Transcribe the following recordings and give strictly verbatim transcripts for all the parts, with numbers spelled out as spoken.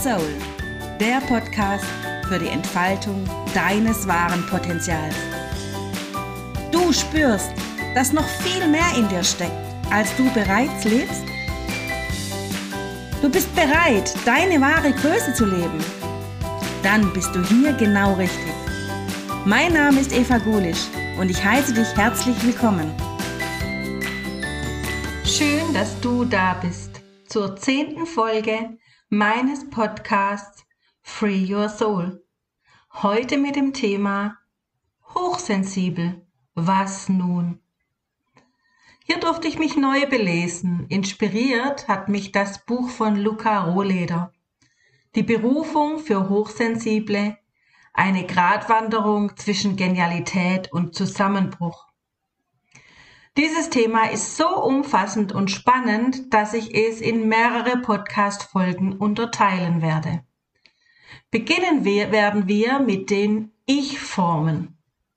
Soul, der Podcast für die Entfaltung deines wahren Potenzials. Du spürst, dass noch viel mehr in dir steckt, als du bereits lebst? Du bist bereit, deine wahre Größe zu leben? Dann bist du hier genau richtig. Mein Name ist Eva Gulisch und ich heiße dich herzlich willkommen. Schön, dass du da bist zur zehnten Folge meines Podcasts Free Your Soul. Heute mit dem Thema Hochsensibel. Was nun? Hier durfte ich mich neu belesen. Inspiriert hat mich das Buch von Luca Rohleder. Die Berufung für Hochsensible, eine Gratwanderung zwischen Genialität und Zusammenbruch. Dieses Thema ist so umfassend und spannend, dass ich es in mehrere Podcast-Folgen unterteilen werde. Beginnen wir, werden wir mit den Ich-Formen.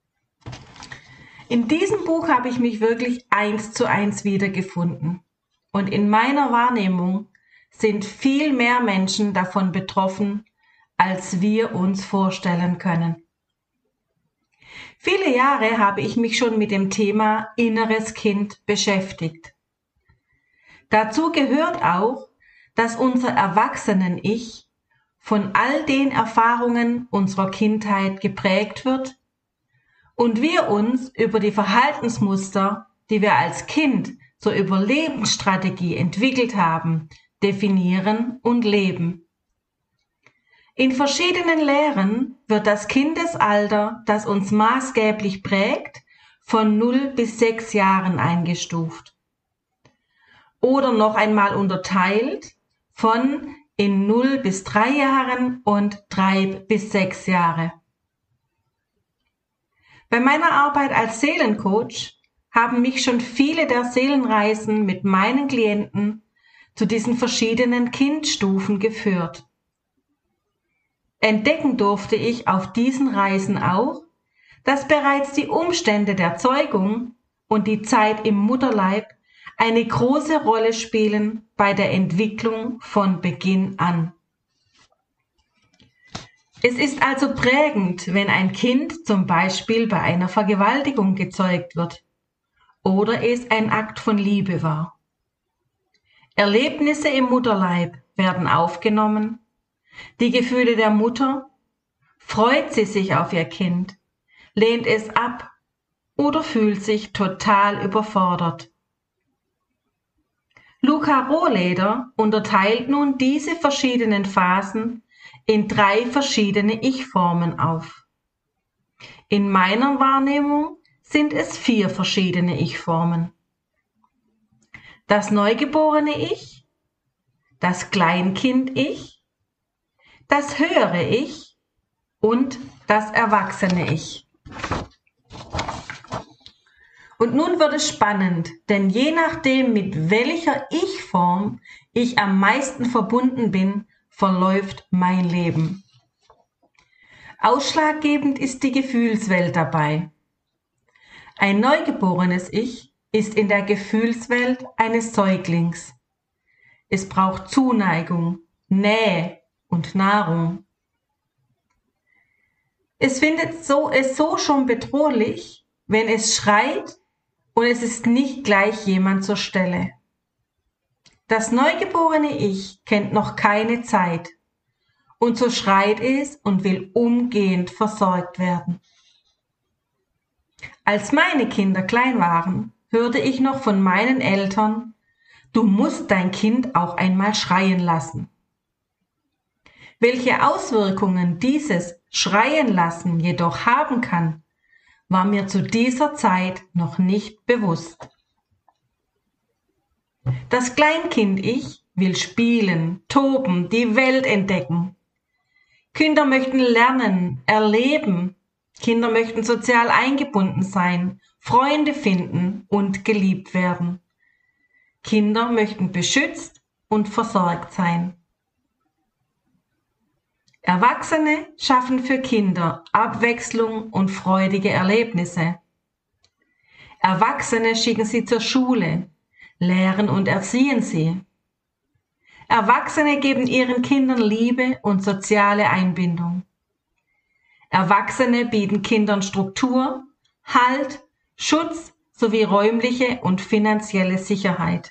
In diesem Buch habe ich mich wirklich eins zu eins wiedergefunden. Und in meiner Wahrnehmung sind viel mehr Menschen davon betroffen, als wir uns vorstellen können. Viele Jahre habe ich mich schon mit dem Thema inneres Kind beschäftigt. Dazu gehört auch, dass unser Erwachsenen-Ich von all den Erfahrungen unserer Kindheit geprägt wird und wir uns über die Verhaltensmuster, die wir als Kind zur Überlebensstrategie entwickelt haben, definieren und leben. In verschiedenen Lehren wird das Kindesalter, das uns maßgeblich prägt, von null bis sechs Jahren eingestuft. Oder noch einmal unterteilt von in null bis drei Jahren und drei bis sechs Jahre. Bei meiner Arbeit als Seelencoach haben mich schon viele der Seelenreisen mit meinen Klienten zu diesen verschiedenen Kindstufen geführt. Entdecken durfte ich auf diesen Reisen auch, dass bereits die Umstände der Zeugung und die Zeit im Mutterleib eine große Rolle spielen bei der Entwicklung von Beginn an. Es ist also prägend, wenn ein Kind zum Beispiel bei einer Vergewaltigung gezeugt wird oder es ein Akt von Liebe war. Erlebnisse im Mutterleib werden aufgenommen. Die Gefühle der Mutter, freut sie sich auf ihr Kind, lehnt es ab oder fühlt sich total überfordert. Luca Rohleder unterteilt nun diese verschiedenen Phasen in drei verschiedene Ich-Formen auf. In meiner Wahrnehmung sind es vier verschiedene Ich-Formen. Das neugeborene Ich, das Kleinkind-Ich, das höhere Ich und das erwachsene Ich. Und nun wird es spannend, denn je nachdem, mit welcher Ich-Form ich am meisten verbunden bin, verläuft mein Leben. Ausschlaggebend ist die Gefühlswelt dabei. Ein neugeborenes Ich ist in der Gefühlswelt eines Säuglings. Es braucht Zuneigung, Nähe und Nahrung. Es findet so, es so schon bedrohlich, wenn es schreit und es ist nicht gleich jemand zur Stelle. Das neugeborene Ich kennt noch keine Zeit und so schreit es und will umgehend versorgt werden. Als meine Kinder klein waren, hörte ich noch von meinen Eltern, du musst dein Kind auch einmal schreien lassen. Welche Auswirkungen dieses Schreien lassen jedoch haben kann, war mir zu dieser Zeit noch nicht bewusst. Das Kleinkind-Ich will spielen, toben, die Welt entdecken. Kinder möchten lernen, erleben. Kinder möchten sozial eingebunden sein, Freunde finden und geliebt werden. Kinder möchten beschützt und versorgt sein. Erwachsene schaffen für Kinder Abwechslung und freudige Erlebnisse. Erwachsene schicken sie zur Schule, lehren und erziehen sie. Erwachsene geben ihren Kindern Liebe und soziale Einbindung. Erwachsene bieten Kindern Struktur, Halt, Schutz sowie räumliche und finanzielle Sicherheit.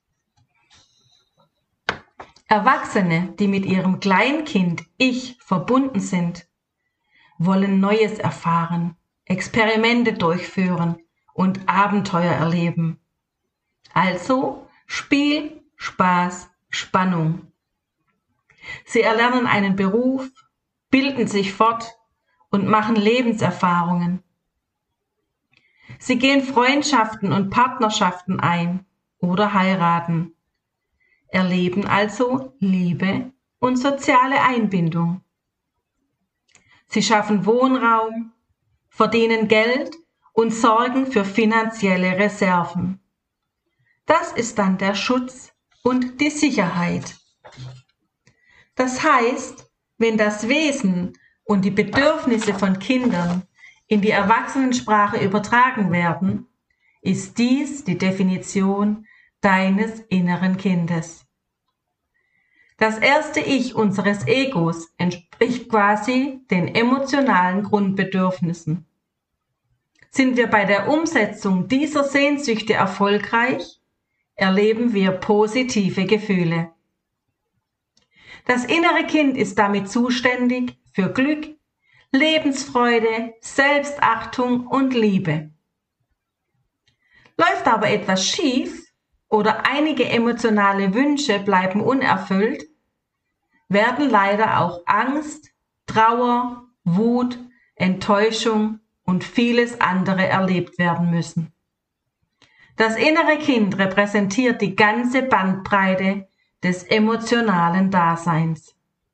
Erwachsene, die mit ihrem Kleinkind Ich verbunden sind, wollen Neues erfahren, Experimente durchführen und Abenteuer erleben. Also Spiel, Spaß, Spannung. Sie erlernen einen Beruf, bilden sich fort und machen Lebenserfahrungen. Sie gehen Freundschaften und Partnerschaften ein oder heiraten, erleben also Liebe und soziale Einbindung. Sie schaffen Wohnraum, verdienen Geld und sorgen für finanzielle Reserven. Das ist dann der Schutz und die Sicherheit. Das heißt, wenn das Wesen und die Bedürfnisse von Kindern in die Erwachsenensprache übertragen werden, ist dies die Definition deines inneren Kindes. Das erste Ich unseres Egos entspricht quasi den emotionalen Grundbedürfnissen. Sind wir bei der Umsetzung dieser Sehnsüchte erfolgreich, erleben wir positive Gefühle. Das innere Kind ist damit zuständig für Glück, Lebensfreude, Selbstachtung und Liebe. Läuft aber etwas schief oder einige emotionale Wünsche bleiben unerfüllt, werden leider auch Angst, Trauer, Wut, Enttäuschung und vieles andere erlebt werden müssen. Das innere Kind repräsentiert die ganze Bandbreite des emotionalen Daseins.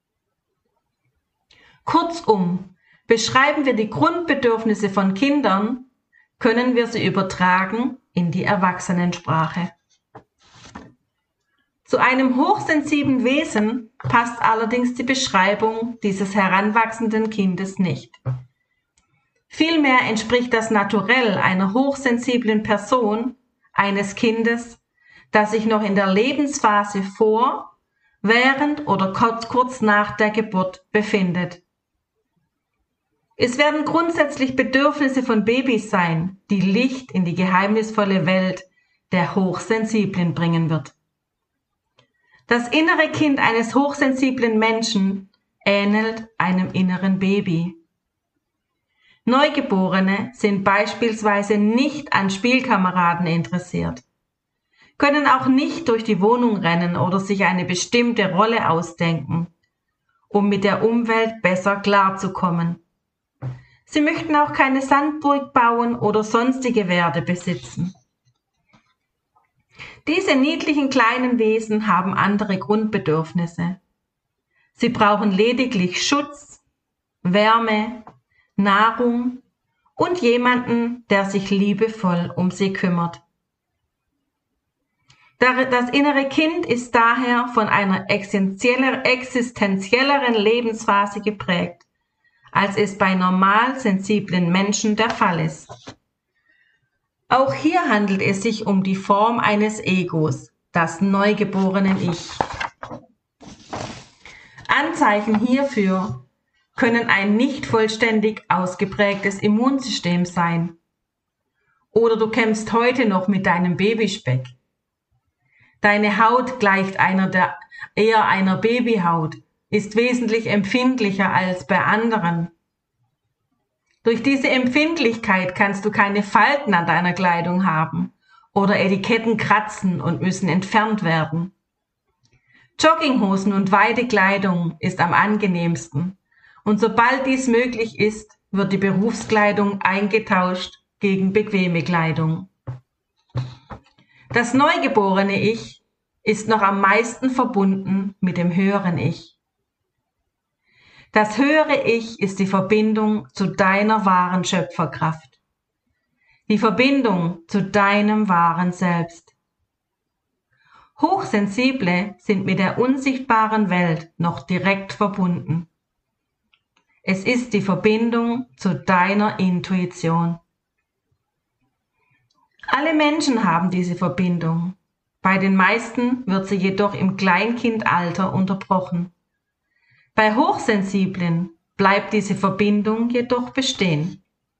Kurzum, beschreiben wir die Grundbedürfnisse von Kindern, können wir sie übertragen in die Erwachsenensprache. Zu einem hochsensiblen Wesen passt allerdings die Beschreibung dieses heranwachsenden Kindes nicht. Vielmehr entspricht das Naturell einer hochsensiblen Person, eines Kindes, das sich noch in der Lebensphase vor, während oder kurz, kurz nach der Geburt befindet. Es werden grundsätzlich Bedürfnisse von Babys sein, die Licht in die geheimnisvolle Welt der Hochsensiblen bringen wird. Das innere Kind eines hochsensiblen Menschen ähnelt einem inneren Baby. Neugeborene sind beispielsweise nicht an Spielkameraden interessiert, können auch nicht durch die Wohnung rennen oder sich eine bestimmte Rolle ausdenken, um mit der Umwelt besser klarzukommen. Sie möchten auch keine Sandburg bauen oder sonstige Werte besitzen. Diese niedlichen kleinen Wesen haben andere Grundbedürfnisse. Sie brauchen lediglich Schutz, Wärme, Nahrung und jemanden, der sich liebevoll um sie kümmert. Das innere Kind ist daher von einer existenzielleren Lebensphase geprägt, als es bei normal sensiblen Menschen der Fall ist. Auch hier handelt es sich um die Form eines Egos, das neugeborenen Ich. Anzeichen hierfür können ein nicht vollständig ausgeprägtes Immunsystem sein. Oder du kämpfst heute noch mit deinem Babyspeck. Deine Haut gleicht einer der, eher einer Babyhaut, ist wesentlich empfindlicher als bei anderen. Durch diese Empfindlichkeit kannst du keine Falten an deiner Kleidung haben oder Etiketten kratzen und müssen entfernt werden. Jogginghosen und weite Kleidung ist am angenehmsten und sobald dies möglich ist, wird die Berufskleidung eingetauscht gegen bequeme Kleidung. Das neugeborene Ich ist noch am meisten verbunden mit dem höheren Ich. Das höhere Ich ist die Verbindung zu deiner wahren Schöpferkraft. Die Verbindung zu deinem wahren Selbst. Hochsensible sind mit der unsichtbaren Welt noch direkt verbunden. Es ist die Verbindung zu deiner Intuition. Alle Menschen haben diese Verbindung. Bei den meisten wird sie jedoch im Kleinkindalter unterbrochen. Bei Hochsensiblen bleibt diese Verbindung jedoch bestehen.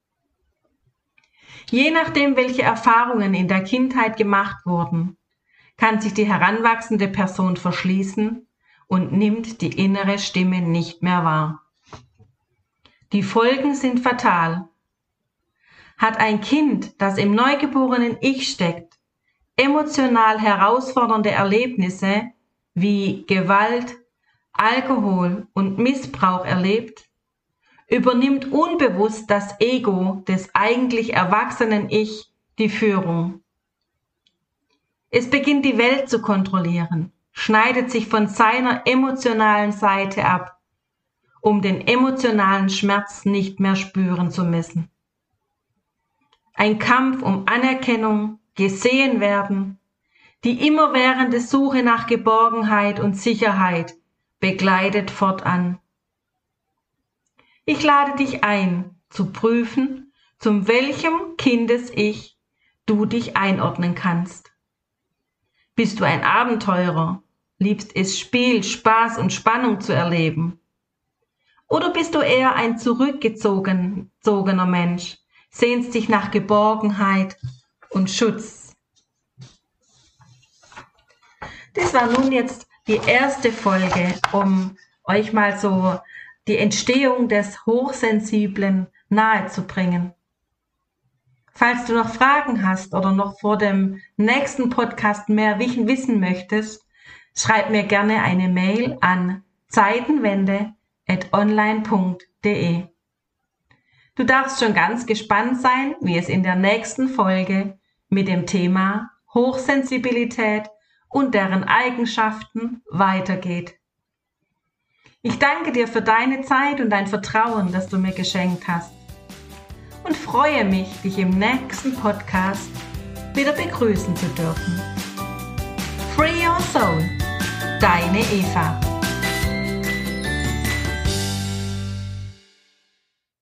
Je nachdem, welche Erfahrungen in der Kindheit gemacht wurden, kann sich die heranwachsende Person verschließen und nimmt die innere Stimme nicht mehr wahr. Die Folgen sind fatal. Hat ein Kind, das im neugeborenen Ich steckt, emotional herausfordernde Erlebnisse wie Gewalt, Alkohol und Missbrauch erlebt, übernimmt unbewusst das Ego des eigentlich erwachsenen Ich die Führung. Es beginnt die Welt zu kontrollieren, schneidet sich von seiner emotionalen Seite ab, um den emotionalen Schmerz nicht mehr spüren zu müssen. Ein Kampf um Anerkennung, gesehen werden, die immerwährende Suche nach Geborgenheit und Sicherheit begleitet fortan. Ich lade dich ein, zu prüfen, zu welchem Kindes-Ich du dich einordnen kannst. Bist du ein Abenteurer, liebst es Spiel, Spaß und Spannung zu erleben? Oder bist du eher ein zurückgezogener Mensch, sehnst dich nach Geborgenheit und Schutz? Das war nun jetzt die erste Folge, um euch mal so die Entstehung des Hochsensiblen nahezubringen. Falls du noch Fragen hast oder noch vor dem nächsten Podcast mehr wissen möchtest, schreib mir gerne eine Mail an zeitenwende at online punkt de. Du darfst schon ganz gespannt sein, wie es in der nächsten Folge mit dem Thema Hochsensibilität und deren Eigenschaften weitergeht. Ich danke dir für deine Zeit und dein Vertrauen, das du mir geschenkt hast. Und freue mich, dich im nächsten Podcast wieder begrüßen zu dürfen. Free Your Soul, deine Eva.